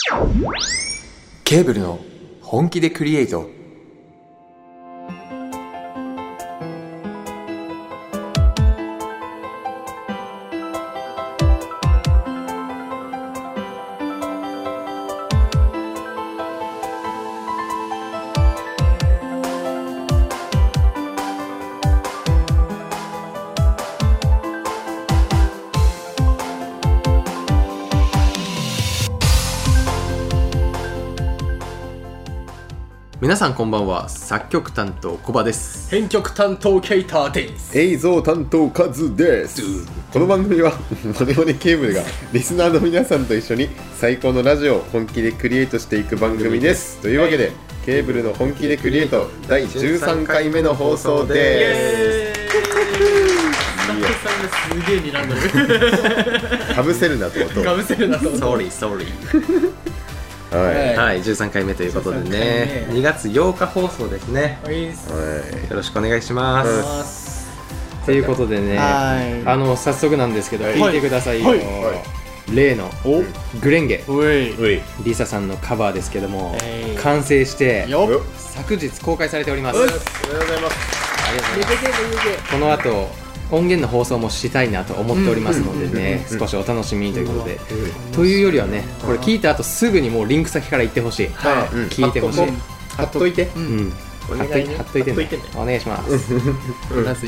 ケーブルの本気でクリエイト。皆さんこんばんは。作曲担当コバです。 編曲担当ケイターです。 映像担当カズです。この番組はモネモネケーブルがリスナーの皆さんと一緒に最高のラジオを本気でクリエイトしていく番組です。というわけで、ケーブルの本気でクリエイト第13回目の放送です。 スタッフさんがすげえ睨んでる。 かぶせるなと音。 かぶせるなと音。 Sorry はい、 13回目ということでね、2月8日放送ですね。 はい、 よろしくお願いします。ということでね、早速なんですけど、聞いてくださいよ。例のグレンゲリサさんのカバーですけども、完成して昨日公開されております。 ありがとうございます。 この後音源の放送もしたいなと思っておりますのでね、少しお楽しみにということで、というよりはね、これ聞いた後すぐにもうリンク先から行ってほしい、聞いてほしい、 貼っといて、 貼っといてね、お願いします。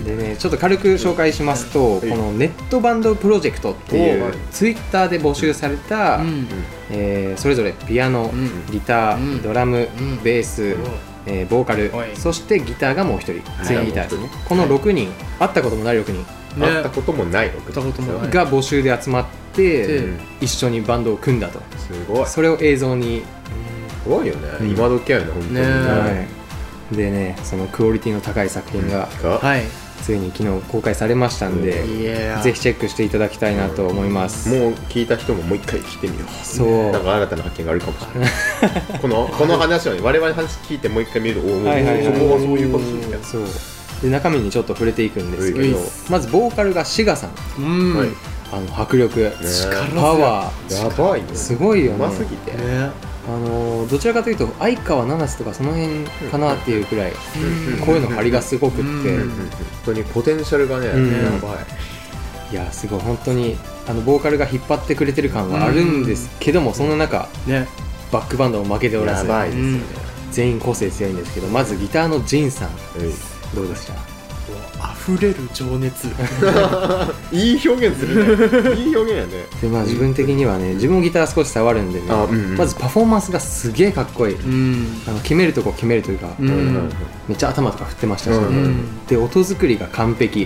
でね、ちょっと軽く紹介しますと、このネットバンドプロジェクトっていうツイッターで募集された、それぞれピアノ、ギター、ドラム、ベース、ボーカル、そしてギターがもう一人、ツインギターですね。この6人、会ったこともない6人、 会ったこともない6人が募集で集まって一緒にバンドを組んだと。 すごい。 それを映像に。 すごいよね。今時やね、本当に。 でね、そのクオリティの高い作品がついに昨日公開されましたんで、ぜひチェックしていただきたいなと思います。 もう聞いた人ももう一回聞いてみよう。 そう、 なんか新たな発見があるかもしれない。この話をね、我々の話聞いてもう一回見ると、そこはそういうことですね。 そうで、中身にちょっと触れていくんですけど、まずボーカルがシガさん。迫力、パワー、やばいね。 すごいよね。 うますぎて。 どちらかというと相川七瀬とかその辺かなっていうくらい、声の張りがすごくって、 本当にポテンシャルがね、やばい。 いや、すごい。本当にボーカルが引っ張ってくれてる感はあるんですけども、その中バックバンドも負けておらず、全員個性強いんですけど、まずギターのジンさん、どうでした？ 溢れる情熱。 いい表現するね。いい表現やね。 で、自分的にはね、自分もギター少し触るんでね、まずパフォーマンスがすげえかっこいい。決めるとこ決めるというか、めっちゃ頭とか振ってましたしね。で、音作りが完璧。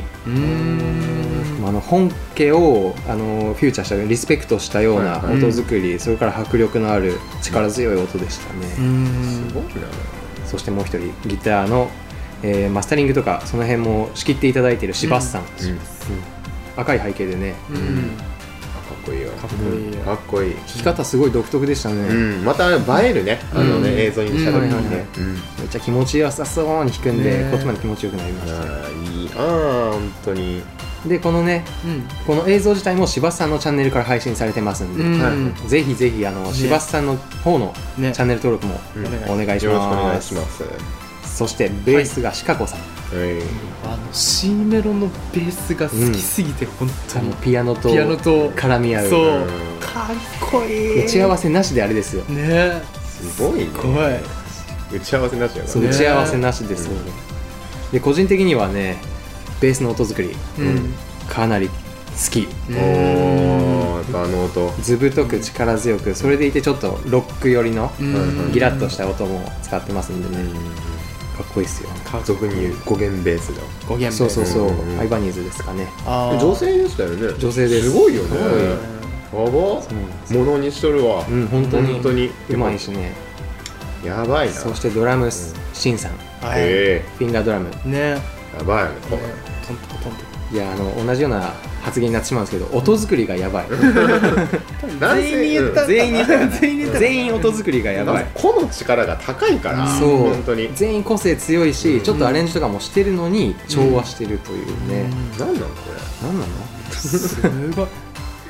本家をフューチャーしたリスペクトしたような音作り、それから迫力のある力強い音でしたね。 すごいな。 そしてもう一人ギターのマスタリングとかその辺も仕切っていただいている柴さん、赤い背景でね、 かっこいいよ。かっこいい。 弾き方すごい独特でしたね。 また映えるね、映像にした時にね、 めっちゃ気持ちよさそうに弾くんで、こっちまで気持ちよくなりました。 いい、本当に。 で、このね、この映像自体も柴さんのチャンネルから配信されてますんで、ぜひぜひ柴さんの方のチャンネル登録もお願いします。 よろしくお願いします。 そしてベースがシカコさん。 C メロのベースが好きすぎて、本当にピアノと絡み合う。 そう、かっこいい。 打ち合わせなしであれですよね。 すごいね。打ち合わせなしやからね。打ち合わせなしですよね。で、個人的にはね、ベースの音作りかなり好き。 音ずぶとく力強く、それでいてちょっとロック寄りのギラッとした音も使ってますんでね、かっこいいっすよ。 俗に言う5弦ベースの。 5弦ベース。 そう、アイバニーズですかね。 女性でしたよね。 女性です。 すごいよね。やば。ものにしとるわ。 本当にうまいしね。 やばいな。 そしてドラムシンさん、フィンガードラムね。やばいよね。 トントントンと。いや、同じような発言になってしまうんですけど、音作りがやばい。全員音作りがやばい。 個の力が高いから。 そう、 本当に全員個性強いし、ちょっとアレンジとかもしてるのに調和してるというね。 なんなのこれ。 なんなの？ すごい。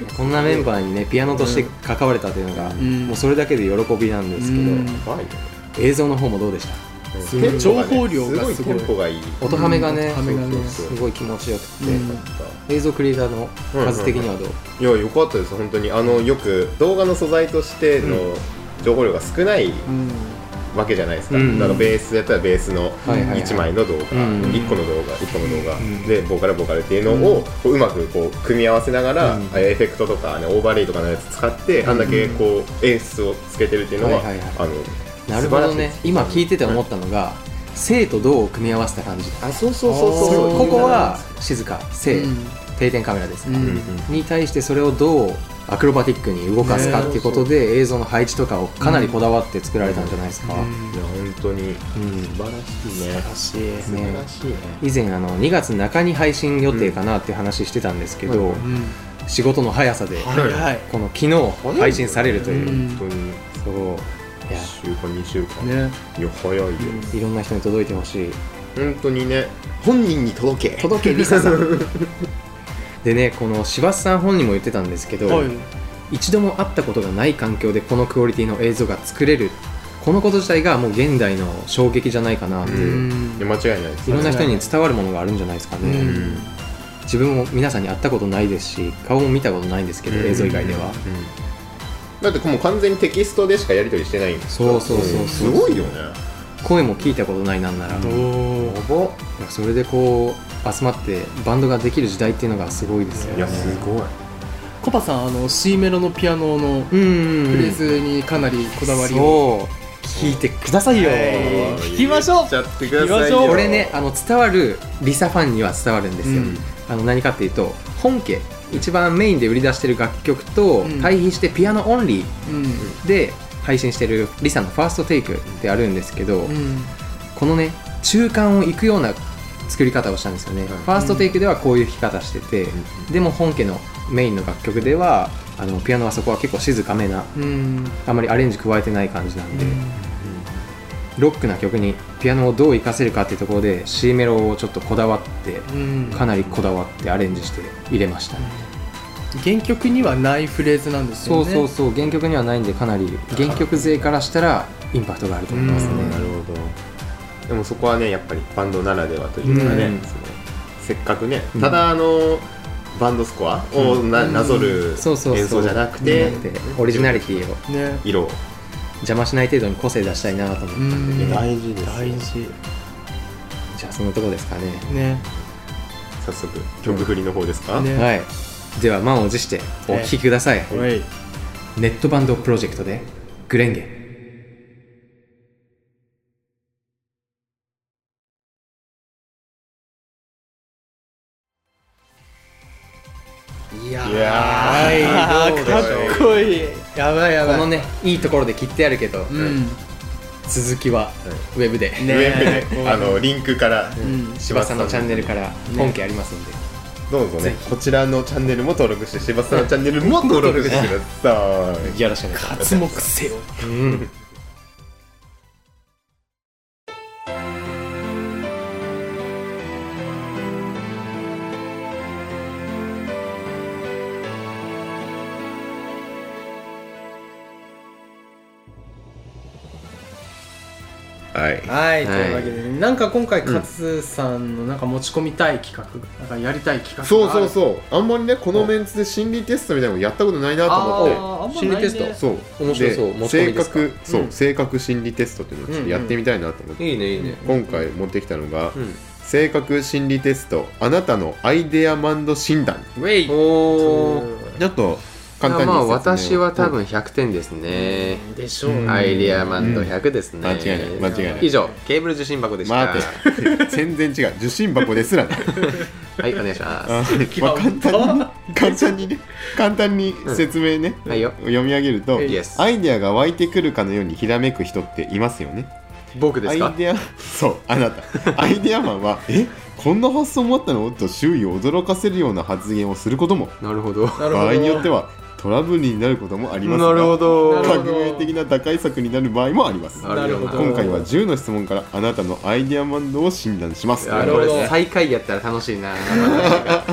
こんなメンバーにねピアノとして関われたというのが、もうそれだけで喜びなんですけど、映像の方もどうでした？ 情報量がすごい、 テンポがいい、 音ハメがねすごい気持ちよくて、映像クリエイターの数的にはどう？ いや良かったです本当に。よく動画の素材としての情報量が少ないわけじゃないですか。だからベースやったらベースの1枚の動画、1個の動画でボーカルっていうのをうまくこう組み合わせながら、エフェクトとかねオーバーレイとかのやつ使ってあんだけこう演出をつけてるっていうのはなるほどね。今聞いてて思ったのが、静と動を組み合わせた感じ。 そうここは静か、静、定点カメラですか、に対してそれをどうアクロバティックに動かすかっていうことで、映像の配置とかをかなりこだわって作られたんじゃないですか。いや本当に素晴らしいね。 以前2月中に配信予定かなっていう話してたんですけど、仕事の速さでこの昨日配信されるという、 本当にそう 1週間2週間ね、いや早いよ。 いろんな人に届いてほしい。 本当にね、本人に届けリサさんでね、この柴田さん本人も言ってたんですけど、一度も会ったことがない環境でこのクオリティの映像が作れる、このこと自体がもう現代の衝撃じゃないかなっていう。 間違いないです。 いろんな人に伝わるものがあるんじゃないですかね。自分も皆さんに会ったことないですし、顔も見たことないんですけど、映像以外では。 だってもう完全にテキストでしかやり取りしてないんですよ。 そうすごいよね。 声も聞いたことないなんなら。それでこう集まってバンドができる時代っていうのがすごいですよね。 いやすごい。 コパさんC メロのピアノのフレーズにかなりこだわりを聞いてくださいよ。 聞きましょう。 これね伝わるリサファンには伝わるんですよ。何かっていうと本家一番メインで売り出してる楽曲と対比してピアノオンリーで配信してるリサのファーストテイクってあるんですけど、このね中間をいくような作り方をしたんですよね。ファーストテイクではこういう弾き方してて、でも本家のメインの楽曲ではピアノはそこは結構静かめな、あまりアレンジ加えてない感じなんで、ロックな曲にピアノをどう活かせるかっていうところで C メロをちょっとこだわってかなりこだわってアレンジして入れましたね。 原曲にはないフレーズなんですよね。 そう原曲にはないんで、かなり原曲勢からしたらインパクトがあると思いますね。 なるほど。でもそこはねやっぱりバンドならではというかね、せっかくねただバンドスコアをなぞる演奏じゃなくてオリジナリティを色を邪魔しない程度に個性出したいなと思ったんで、 大事です。 大事。 じゃあそのとこですかね。 早速曲振りの方ですか。 はい。では満を持してお聴きください。ネットバンドプロジェクトでグレンゲ。 いやーかっこいい。やばい。 このねいいところで切ってあるけど、続きはウェブでリンクから柴田さんのチャンネルから本家ありますんで、 どうぞねこちらのチャンネルも登録して柴田さんのチャンネルも登録してください。 よろしくお願いします。 刮目せよ。 はい、 というわけで、なんか今回勝さんのなんか持ち込みたい企画、なんかやりたい企画がある。 そうあんまりねこのメンツで心理テストみたいなのやったことないなと思って。 心理テスト、そう面白そう。持ち込みですか。性格心理テストっていうのをちょっとやってみたいなと思って。 いいね。 今回持ってきたのが性格心理テストあなたのアイデアマンド診断。 ちょっと簡単に私は多分100点ですね。 でしょう。 アイデアマンド100ですね。 間違いない。 以上ケーブル受信箱でした。 全然違う。受信箱ですらね。 はい、お願いします。 簡単に説明ね、読み上げると、アイデアが湧いてくるかのようにひらめく人っていますよね。 僕ですか？ そうあなた。アイデアマンはこんな発想もあったのと周囲を驚かせるような発言をすることも。 なるほど。 場合によってはトラブルになることもありますが、 なるほど。 革命的な打開策になる場合もあります。 なるほど。 今回は10の質問からあなたのアイデアマンドを診断します。 なるほど。最下位やったら楽しいな。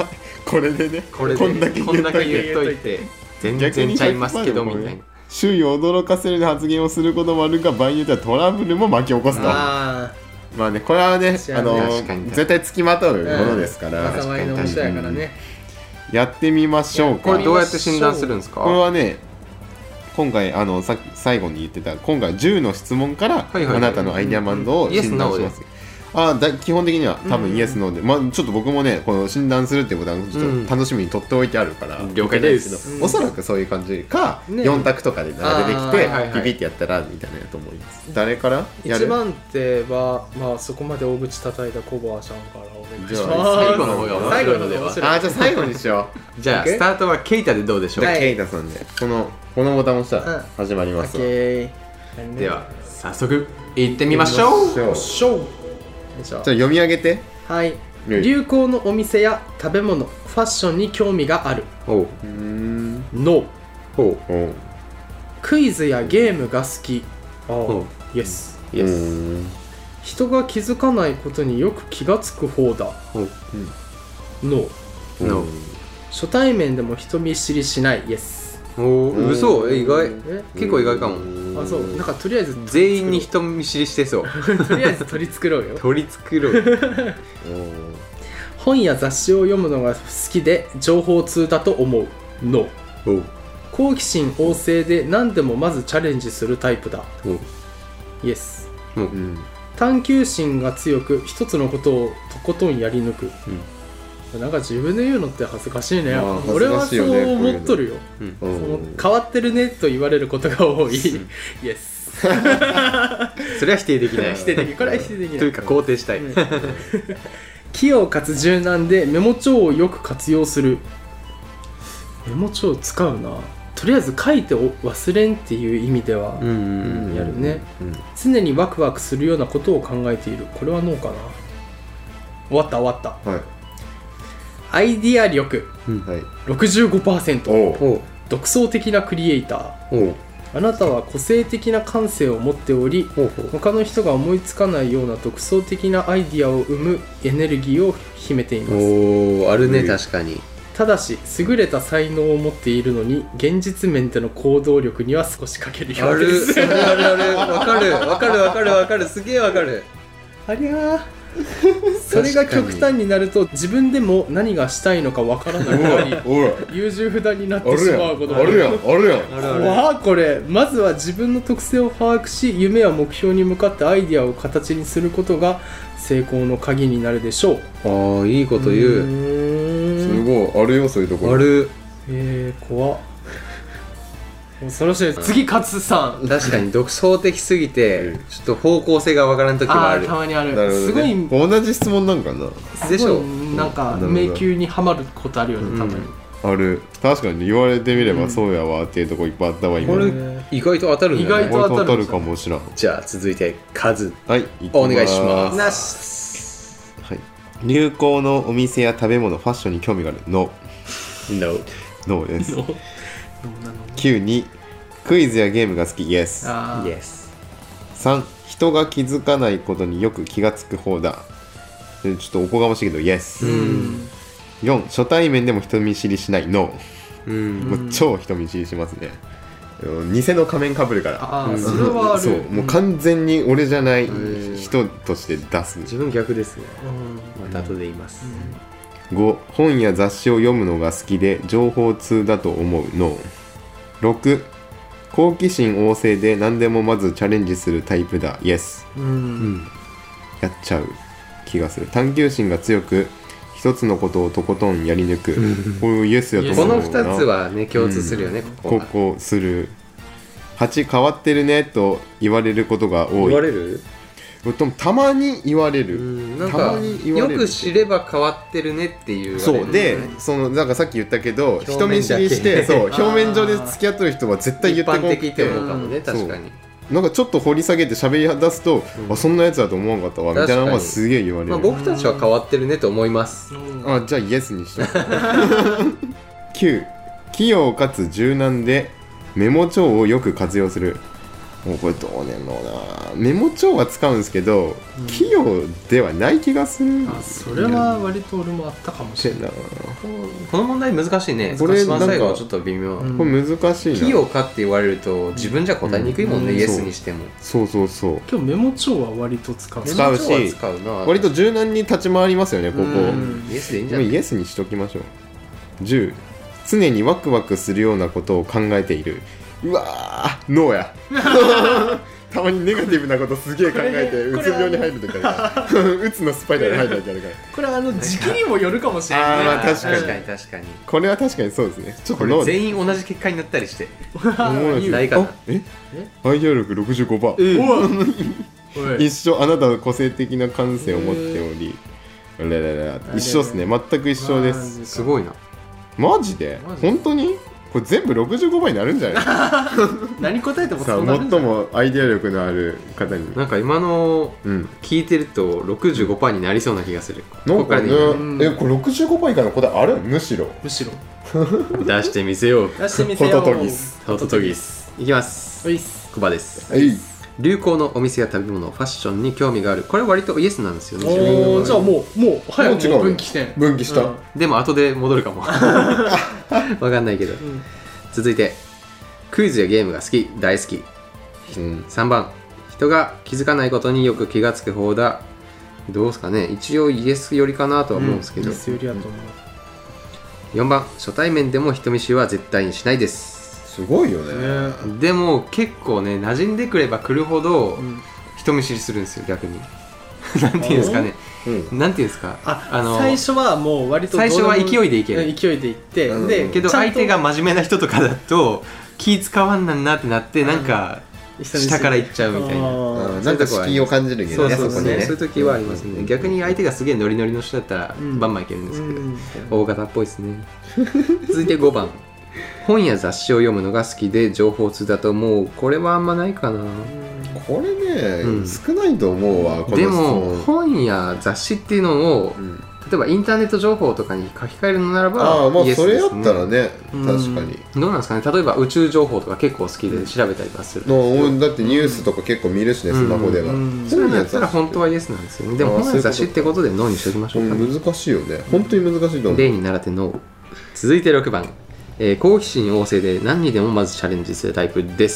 これでね、 これでこんだけ言っといて言っといて全然ちゃいますけどみたいな。 周囲を驚かせる発言をすることもあるが、場合によってはトラブルも巻き起こすと。 あまあね、これはね、 確かに絶対つきまとうものですかあら、 災いの人やからね。 やってみましょうか。 これどうやって診断するんですか？ これはね、今回最後に言ってた今回10の質問からはいはいあなたのアイデアバンドを診断します。基本的には多分イエスノーで、まあちょっと僕もねこの診断するっていうことはちょっと楽しみに取っておいてあるから、 了解です。 おそらくそういう感じか、 ね 4択とかで出てきてはいはいピピってやったらみたいなやと思います。誰からやる？ 一番手はまあそこまで大口叩いたコバーちゃんからお願いしじゃます。 あ最後の方が面白いのでは。 じゃあ最後にしよう。 じゃあスタートはケイタでどうでしょう？ じゃあケイタさんでこのボタンを押したら始まりますわ。 ででは早速行ってみましょう。 じゃあ読み上げて。 はい。流行のお店や食べ物、ファッションに興味がある。 おう。 ノー。 おう。 クイズやゲームが好き。 おう。 イエス。 イエス。 人が気づかないことによく気がつく方だ。 おう。 ノー。 ノー。 初対面でも人見知りしない。イエス。 おお、嘘？意外。結構意外かも。 あ、そう。なんかとりあえず全員に人見知りしてそう。 とりあえず取り繕うよ。 取り繕う。 本や雑誌を読むのが好きで情報通だと思う。ノー。好奇心旺盛で何でもまずチャレンジするタイプだ。イエス。探求心が強く一つのことをとことんやり抜く。なんか自分で言うのって恥ずかしいね。俺はそう思っとるよ。変わってるねと言われることが多い。イエス。 それは否定できない。 否定できない。これは否定できない。 というか肯定したい。 器用かつ柔軟でメモ帳をよく活用する。メモ帳使うな。とりあえず書いて忘れんっていう意味ではやるね。常にワクワクするようなことを考えている。これはノーかな。終わった。 はい。 アイディア力、65%。独創的なクリエイター。あなたは個性的な感性を持っており、他の人が思いつかないような独創的なアイディアを生むエネルギーを秘めています。 おー、あるね、確かに。 ただし優れた才能を持っているのに現実面での行動力には少し欠けるようです。 あるわかるすげえわかる。 ありゃーそれが極端になると自分でも何がしたいのかわからなくなり優柔不断になってしまうことがあるやん怖っ。これまずは自分の特性を把握し夢や目標に向かってアイディアを形にすることが成功の鍵になるでしょう。 ああ、いいこと言う。 すごいあるよ、そういうところ。 ある。 怖っ。恐ろしい。次勝さん。 確かに独創的すぎてちょっと方向性がわからん時はある。 たまにある。 なるほどね。 すごい同じ質問なんかな。 でしょ。なんか迷宮にはまることあるよね、たまに。 ある。確かに言われてみればそうやわっていうとこいっぱいあったわ今。 これ意外と当たるんだね。 意外と当たるかもしらん。 じゃあ続いてカズ。 はい、 お願いします。 なし。 はい。流行のお店や食べ物、ファッションに興味がある。ノーです。9にクイズやゲームが好き。イエス。3、人が気づかないことによく気がつく方だ。ちょっとおこがましいけどイエス。4、初対面でも人見知りしない。ノー。もう超人見知りしますね。偽の仮面かぶるから。 それはある。 そう、もう完全に俺じゃない人として出す。 自分逆ですね。また後で言います。 5、本や雑誌を読むのが好きで情報通だと思う。ノー。6、好奇心旺盛で何でもまずチャレンジするタイプだ。イエス。やっちゃう気がする。探求心が強く一つのことをとことんやり抜く。こういうイエスやと思うな。 この2つはね共通するよね。 ここする。8、変わってるねと言われることが多い。 言われる？ たまに言われる。 なんかよく知れば変わってるねっていう。 そうで、なんかさっき言ったけど人見知りしてそう表面上で付き合ってる人は絶対言ってこなくて、 一般的って思うかもね。確かになんかちょっと掘り下げて喋り出すと、そんなやつだと思わんかったわみたいなのはすげえ言われる。 僕たちは変わってるねと思います。 じゃあイエスにしとく。9、器用かつ柔軟でメモ帳をよく活用する。 もうこれどうねんろうな。メモ帳は使うんですけど、器用ではない気がする。 それは割と俺もあったかもしれない。 この問題難しいね。 これ一番最後はちょっと微妙。 これ難しいな。 器用かって言われると自分じゃ答えにくいもんね、イエスにしても。 そうそうそう。 今日メモ帳は割と使うし割と柔軟に立ち回りますよね、ここ。 イエスでいいんじゃない？ イエスにしときましょう。10、常にワクワクするようなことを考えている。うわー、ノーや。たまにネガティブなことすげえ考えてうつ病に入るとかうつのスパイラルに入るときあるから。 これ時期にもよるかもしれない。 まあ確かにこれは確かにそうですね。ちょっとノー全員同じ結果になったりしてないかな。アイデア力 65%。一緒。あなたは個性的な感性を持っており、一緒ですね。全く一緒です。 すごいな。 マジで本当にこれ全部65倍になるんじゃない？ 何答えてもそうなるんじゃない？最もアイデア力のある方に。 なんか今の聞いてると 65% になりそうな気がする。 なんかね、これ 65% 以下の答えある？むしろ出してみせよう。 ホトトギスいきます。コバです。流行のお店や食べ物、ファッションに興味がある。これ割とイエスなんですよね。 じゃあもう早く分岐した。 でも後で戻るかも。わかんないけど。続いて、クイズやゲームが好き、大好き。3番、人が気づかないことによく気がつく方だ。どうですかね。一応イエス寄りかなとは思うんですけど。 イエス寄りだと思う。 4番、初対面でも人見知りは絶対にしないです。 すごいよね。 でも結構ね、馴染んでくればくるほど人見知りするんですよ、逆に。なんていうんですかね。なんていうんですか。 最初はもう割と最初は勢いでいける。 勢いでいって、 けど相手が真面目な人とかだと気使わんなんなってなってなんか下から行っちゃうみたいな。 なんか敷居を感じるけどね、そこにね。 そういう時はありますね。逆に相手がすげえノリノリの人だったらバンバンいけるんですけど、大型っぽいですね。続いて5番。本や雑誌を読むのが好きで情報通だと思う。これはあんまないかな。 これね、少ないと思うわ。 でも本や雑誌っていうのを、例えばインターネット情報とかに書き換えるのならばまあそれやったらね、確かに。 どうなんですかね。例えば宇宙情報とか結構好きで調べたりはする。 だってニュースとか結構見るしね、スマホでは。 そういうのやったら本当はイエスなんですよね。でも本や雑誌ってことでノーにしておきましょうか。 難しいよね。本当に難しいと思う。 例に倣ってノー。続いて6番。好奇心旺盛で何にでもまずチャレンジするタイプです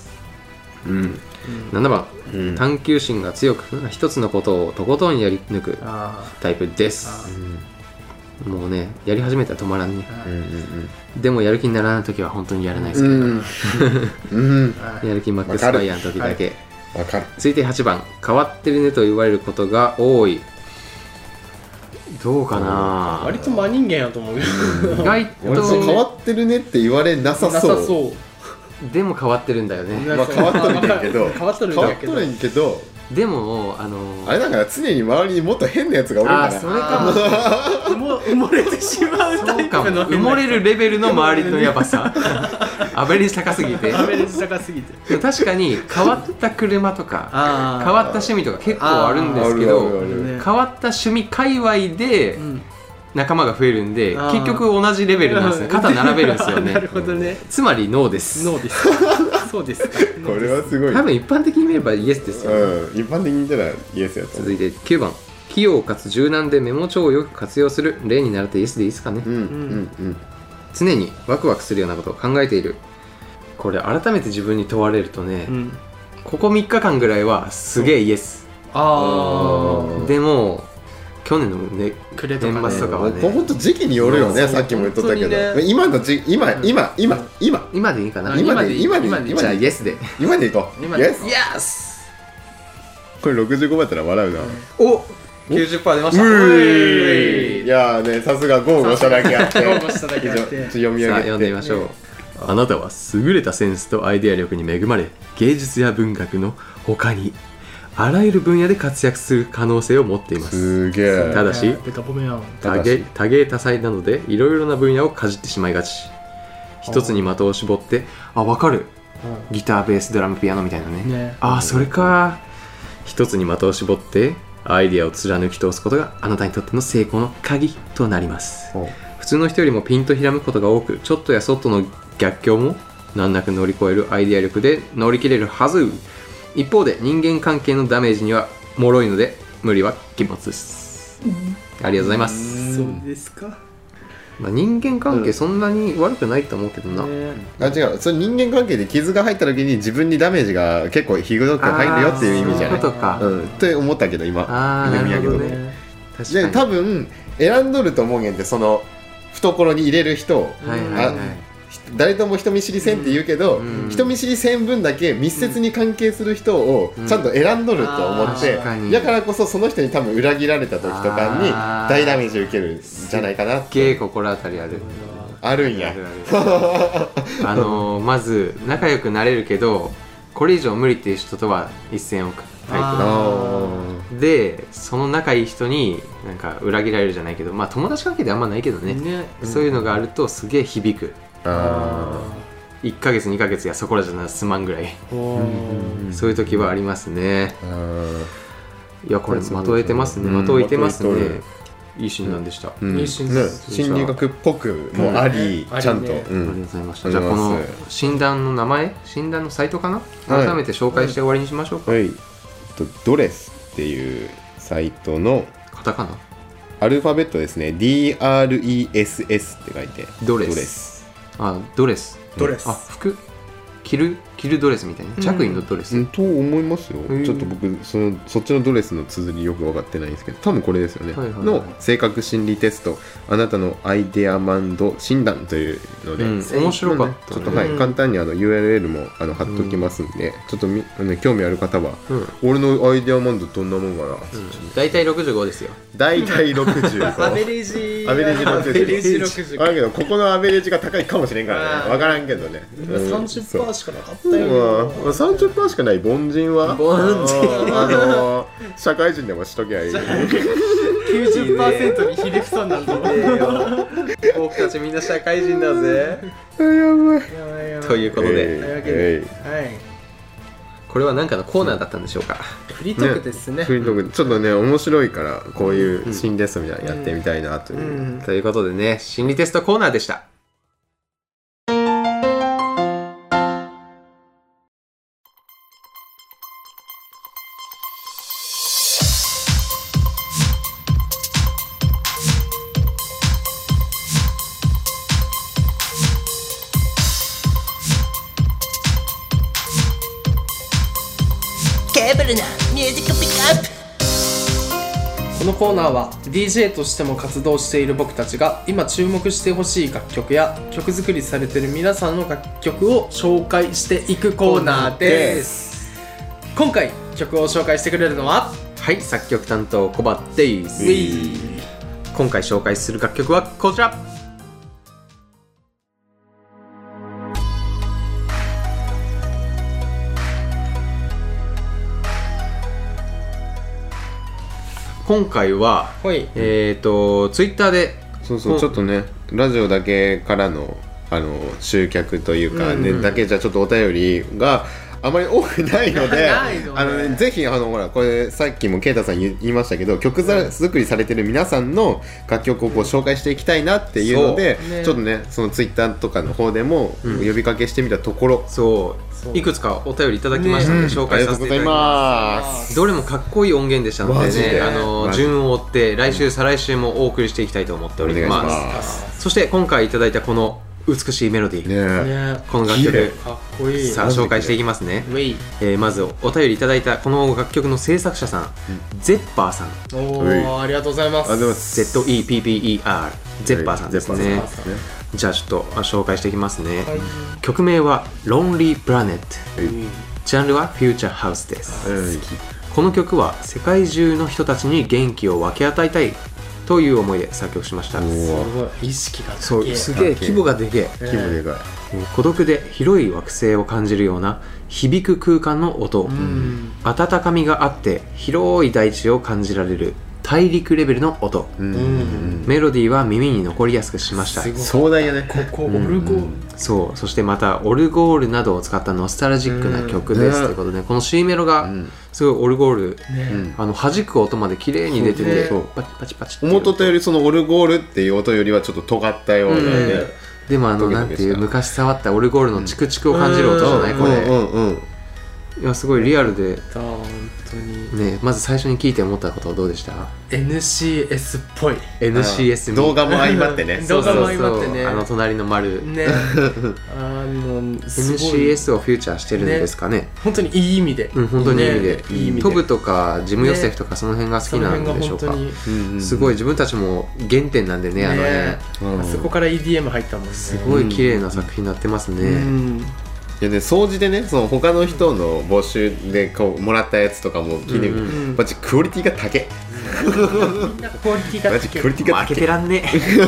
。7番、探求心が強く一つのことをとことんやり抜くタイプです。もうね、やり始めたら止まらんね。でもやる気にならない時は本当にやらないですけど、やる気マックスファイヤーの時だけ。続いて8番、変わってるねと言われることが多い。どうかな。 割と真人間やと思う。 意外と変わってるねって言われなさそう。 でも変わってるんだよね。 まあ変わっとるんだけど、 変わっとるんけど、 でもあれだから常に周りにもっと変なやつがおるから。 それかも。 埋もれてしまうタイプの。 埋もれるレベルの周りのやばさ。アベレージ高すぎて。確かに変わった車とか変わった趣味とか結構あるんですけど、変わった趣味界隈で仲間が増えるんで、結局同じレベルなんですね。肩並べるんですよね。 なるほどね。 つまりノーです。 そうですか。 これはすごい。 多分一般的に見ればイエスですよ。 一般的に見たらイエスやと。 続いて9番。器用かつ柔軟でメモ帳をよく活用する。例になるとイエスでいいですかね。常にワクワクするようなことを考えている。これ改めて自分に問われるとね、ここ3日間ぐらいはすげえイエス。でも去年のね、年末とかはね、 ほんと時期によるよね。さっきも言っとったけど、今でいいかな。 今でじゃあイエスで。 今でいこう。イエス。 これ65だったら笑うな。 お、90% 出ました。 いやーね、さすが豪語しただけあって。読み上げて読んでみましょう。あなたは優れたセンスとアイデア力に恵まれ、芸術や文学の他にあらゆる分野で活躍する可能性を持っています。 すげえ。 ただし多芸多彩なのでいろいろな分野をかじってしまいがち。一つに的を絞って、わかる、ギターベースドラムピアノみたいなね。それか。一つに的を絞ってアイデアを貫き通すことがあなたにとっての成功の鍵となります。普通の人よりもピンとひらむくことが多く、ちょっとやそっとの逆境も難なく乗り越えるアイデア力で乗り切れるはず。一方で人間関係のダメージには脆いので無理は禁物です。ありがとうございます。 そうですか。 まあ、人間関係そんなに悪くないと思うけどな、 あ、違う、その人間関係で傷が入った時に自分にダメージが結構ひどく入るよっていう意味じゃない。 そういうことか、 って思ったけど今。 なるほどね。確かに。 で多分選んどると思うげんで、その懐に入れる人を、誰とも人見知りせんって言うけど、人見知りせん分だけ密接に関係する人をちゃんと選んどると思って、だからこそその人に多分裏切られた時とかに大ダメージ受けるんじゃないかなって。 心当たりある。 あるんや。 まず仲良くなれるけどこれ以上無理っていう人とは一線を置くタイプで、その仲いい人になんか裏切られるじゃないけど、まあ友達関係であんまないけどね、そういうのがあるとすげえ響く。1ヶ月2ヶ月やそこらじゃなすまんぐらいそういう時はありますね。いやこれまとえてますね。まとえてますね。いい診断でした。 いい診断。心理学っぽくもあり、ちゃんと。ありがとうございました。じゃあこの診断の名前、診断のサイトかな、改めて紹介して終わりにしましょうか。 ドレスっていうサイトのカタカナアルファベットですね。DRESS って書いてドレス。あ、ドレス。あ、服着るドレスみたいな、着衣のドレス、 と思いますよ。ちょっと僕そっちのドレスの綴りよく分かってないんですけど、多分これですよね、の性格心理テスト、あなたのアイデアマンド診断というので、 面白かった、 ちょっと簡単にURL も貼っときますんで、ちょっと興味ある方は、俺のアイデアマンドどんなもんかな。 大体65ですよ。 大体65。 アベレージ 60。だけどここのアベレージが高いかもしれんからね。分からんけどね。 30%しかなかったよ。 30% しかない凡人は社会人でもしときゃいい。 90% にひれ伏さんなんだ。 僕たちみんな社会人だぜ。 やばい。 ということで、これは何かのコーナーだったんでしょうか。 フリートークですね。 フリートークちょっとね面白いからこういう心理テストみたいなのやってみたいなという。 ということでね、心理テストコーナーでした。 このコーナーは DJ としても活動している僕たちが今注目してほしい楽曲や曲作りされている皆さんの楽曲を紹介していくコーナーです。今回曲を紹介してくれるのは、 はい、作曲担当コバです。今回紹介する楽曲はこちら。今回は、ツイッターでちょっとねラジオだけからの集客というか、だけじゃちょっとお便りがあまり多くないのでぜひほらこれさっきもケイタさん言いましたけど、曲作りされてる皆さんの楽曲をこう紹介していきたいなっていうので、ちょっとねそのツイッターとかの方でも呼びかけしてみたところ、 いくつかお便りいただきましたので紹介させていただきます。どれもかっこいい音源でしたのでね、順を追って来週再来週もお送りしていきたいと思っております。そして今回いただいたこの美しいメロディー、この楽曲さあ紹介していきますね。まずお便りいただいたこの楽曲の制作者さん、ゼッパーさん。 ありがとうございます。 ZEPPER ゼッパーさんですね。じゃあちょっと紹介していきますね。曲名は Lonely Planet、 ジャンルはフューチャーハウスです。この曲は世界中の人たちに元気を分け与えたいという思いで作曲しました。 すごい意識がすげえ規模がでけえ、孤独で広い惑星を感じるような響く空間の音、温かみがあって広い大地を感じられる大陸レベルの音、メロディーは耳に残りやすくしました。 壮大やね。 オルゴール、 そしてまたオルゴールなどを使ったノスタルジックな曲ですということで、この C メロがすごいオルゴール、弾く音まで綺麗に出てて、パチパチパチって思っとったよりそのオルゴールっていう音よりはちょっと尖ったようなね、 でもなんていう昔触ったオルゴールのチクチクを感じる音じゃないこれ。いやすごいリアルで本当にね。まず最初に聞いて思ったことはどうでした？ NCS っぽい。 NCS 動画も相まってね。 動画も相まってね。 隣の丸ね NCS をフューチャーしてるんですかね。 本当にいい意味で。 本当にいい意味で。トブとかジムヨセフとかその辺が好きなんでしょうか。すごい自分たちも原点なんでね、 そこから EDM 入ったもんね。 すごい綺麗な作品になってますね。 いやね、掃除でね、その他の人の募集でこうもらったやつとかも聞いてみる。マジクオリティが高い。 クオリティが高い。クオリティが高い。 負けてらんね。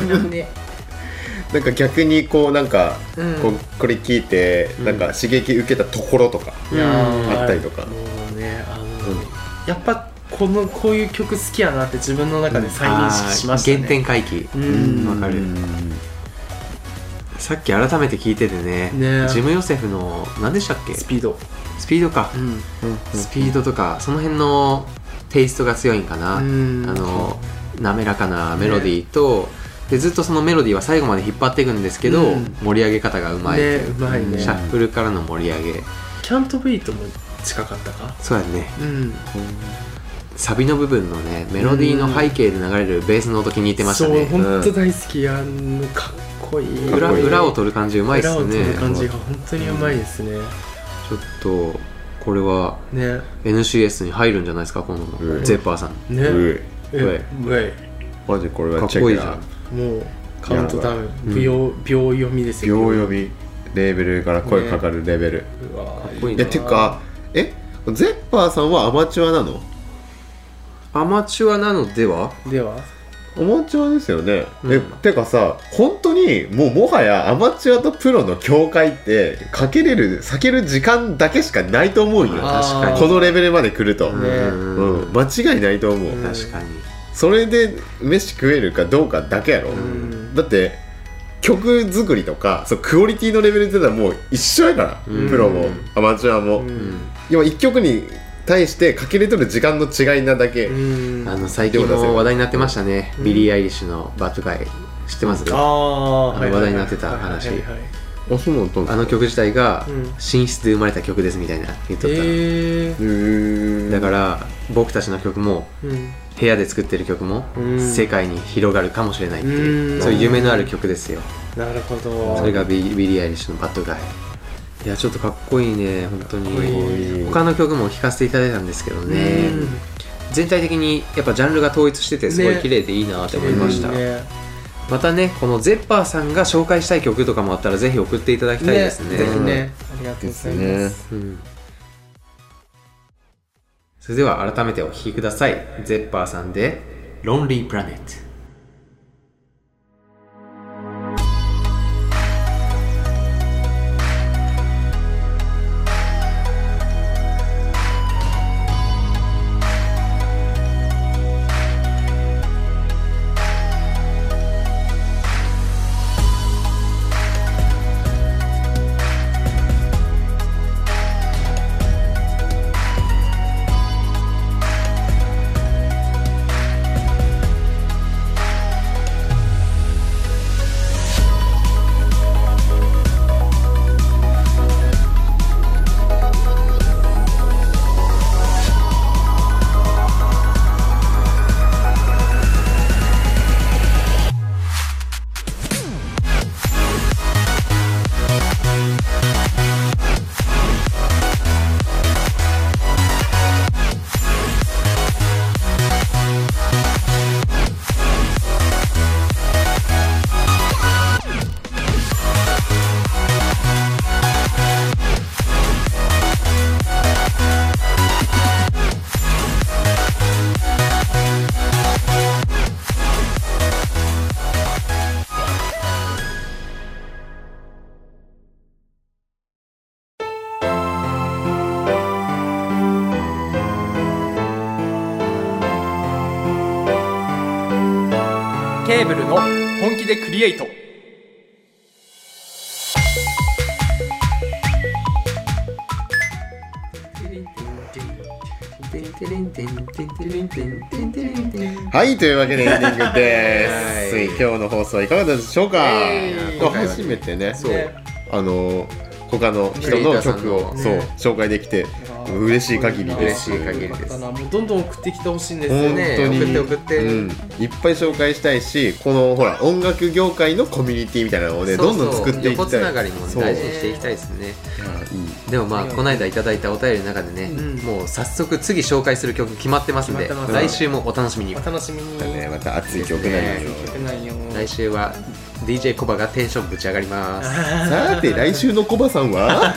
なんか逆にこうなんかこれ聞いてなんか刺激受けたところとかあったりとか。 もうね、やっぱこういう曲好きやなって自分の中で再認識しましたね。 原点回帰。わかる。さっき改めて聞いててね、ジムヨセフの何でしたっけ？ スピードか、スピードとかその辺のテイストが強いんかな。滑らかなメロディーと、でずっとそのメロディーは最後まで引っ張っていくんですけど、盛り上げ方がうまい。シャッフルからの盛り上げ。 キャントビートも近かったか？ そうやね。サビの部分のね、メロディーの背景で流れるベースの音気に入ってましたね。 そう、本当大好き。かっこいい。 裏を取る感じうまいっすね。 裏を取る感じが本当にうまいですね。 ちょっとこれは NCS に入るんじゃないですか、このゼッパーさんね。 マジこれはチェックだ。 もうカウントダウン、秒読みですよ。 秒読み、レーベルから声かかるレベル。かっこいいな。てかゼッパーさんはアマチュアなの？ アマチュアなのでは？ アマチュアですよね。てかさ、本当にもはやアマチュアとプロの境界って避ける時間だけしかないと思うよ。 確かにこのレベルまで来ると、間違いないと思う。 確かに。 それで飯食えるかどうかだけやろ。だって曲作りとかクオリティのレベルって言ったらもう一緒やから、プロもアマチュアも。今一曲に対してかけれとる時間の違いなだけ。 最近も話題になってましたね。ビリー・アイリッシュのバッドガイ知ってます？話題になってた話。あの曲自体が寝室で生まれた曲ですみたいな言っとった。だから僕たちの曲も部屋で作ってる曲も世界に広がるかもしれないっていう、そういう夢のある曲ですよ。 なるほど。 それがビリー・アイリッシュのバッドガイ。いやちょっとかっこいいね、本当に。他の曲も聴かせていただいたんですけどね、全体的にやっぱジャンルが統一しててすごい綺麗でいいなって思いました。またね、このゼッパーさんが紹介したい曲とかもあったらぜひ送っていただきたいですね。 ぜひね、ありがとうございます。 それでは改めてお聴きください。ゼッパーさんで「Lonely Planet」。 ケーブルの本気でクリエイト。 はい、というわけでエンディングです今日の放送はいかがでしょうか。初めてね、他の人の曲を紹介できて嬉しい限りです。 もうどんどん送ってきてほしいんですよね。 本当に送って、 いっぱい紹介したいし、このほら音楽業界のコミュニティみたいなのをねどんどん作っていきたい。 横つながりも大事にしていきたいですね。でもまあこの間いただいたお便りの中でね、もう早速次紹介する曲決まってますんで、来週もお楽しみに。 お楽しみに。 また熱い曲なんよ。 来週はDJ コバがテンションぶち上がります。 さて来週のコバさんは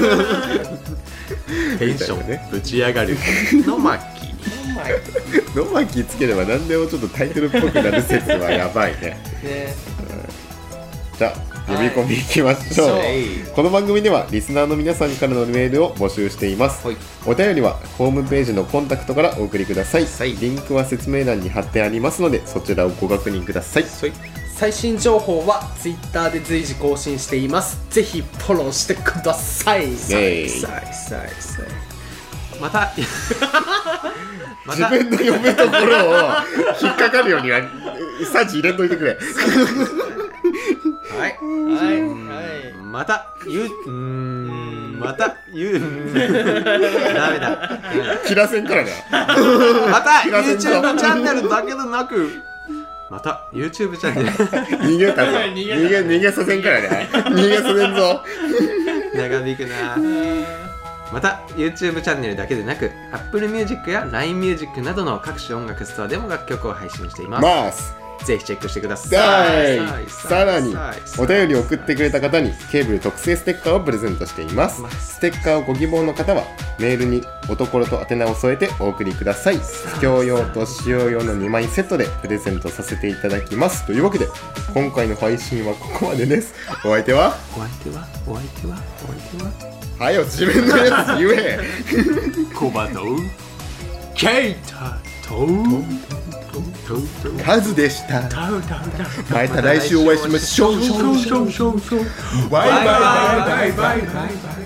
テンションぶち上がるの巻の巻つければ何でもちょっとタイトルっぽくなる説はやばいね。じゃあ呼び込みいきましょう。この番組ではリスナーの皆さんからのメールを募集しています。お便りはホームページのコンタクトからお送りください。リンクは説明欄に貼ってありますのでそちらをご確認ください。 最新情報は Twitter で随時更新しています。ぜひフォローしてください。 また自分の読むところを引っかかるようにはサジ入れといてくれ。 またダメだ。 切らせんからね。 また YouTube チャンネルだけでなくまた YouTube チャンネル逃げさせんからね。逃げさせんぞ。 長引くな。また YouTube チャンネルだけでなく Apple Music や LINE Music などの各種音楽ストアでも楽曲を配信しています。ぜひチェックしてください。 さらにお便りを送ってくれた方にケーブル特製ステッカーをプレゼントしています。ステッカーをご希望の方はメールにおところと宛名を添えてお送りください。布教用と使用用の2枚セットでプレゼントさせていただきます。というわけで今回の配信はここまでです。お相手ははいよ、自分のやつ言え。 コバとケイタとカズでした。また来週お会いしましょう。バイバイ。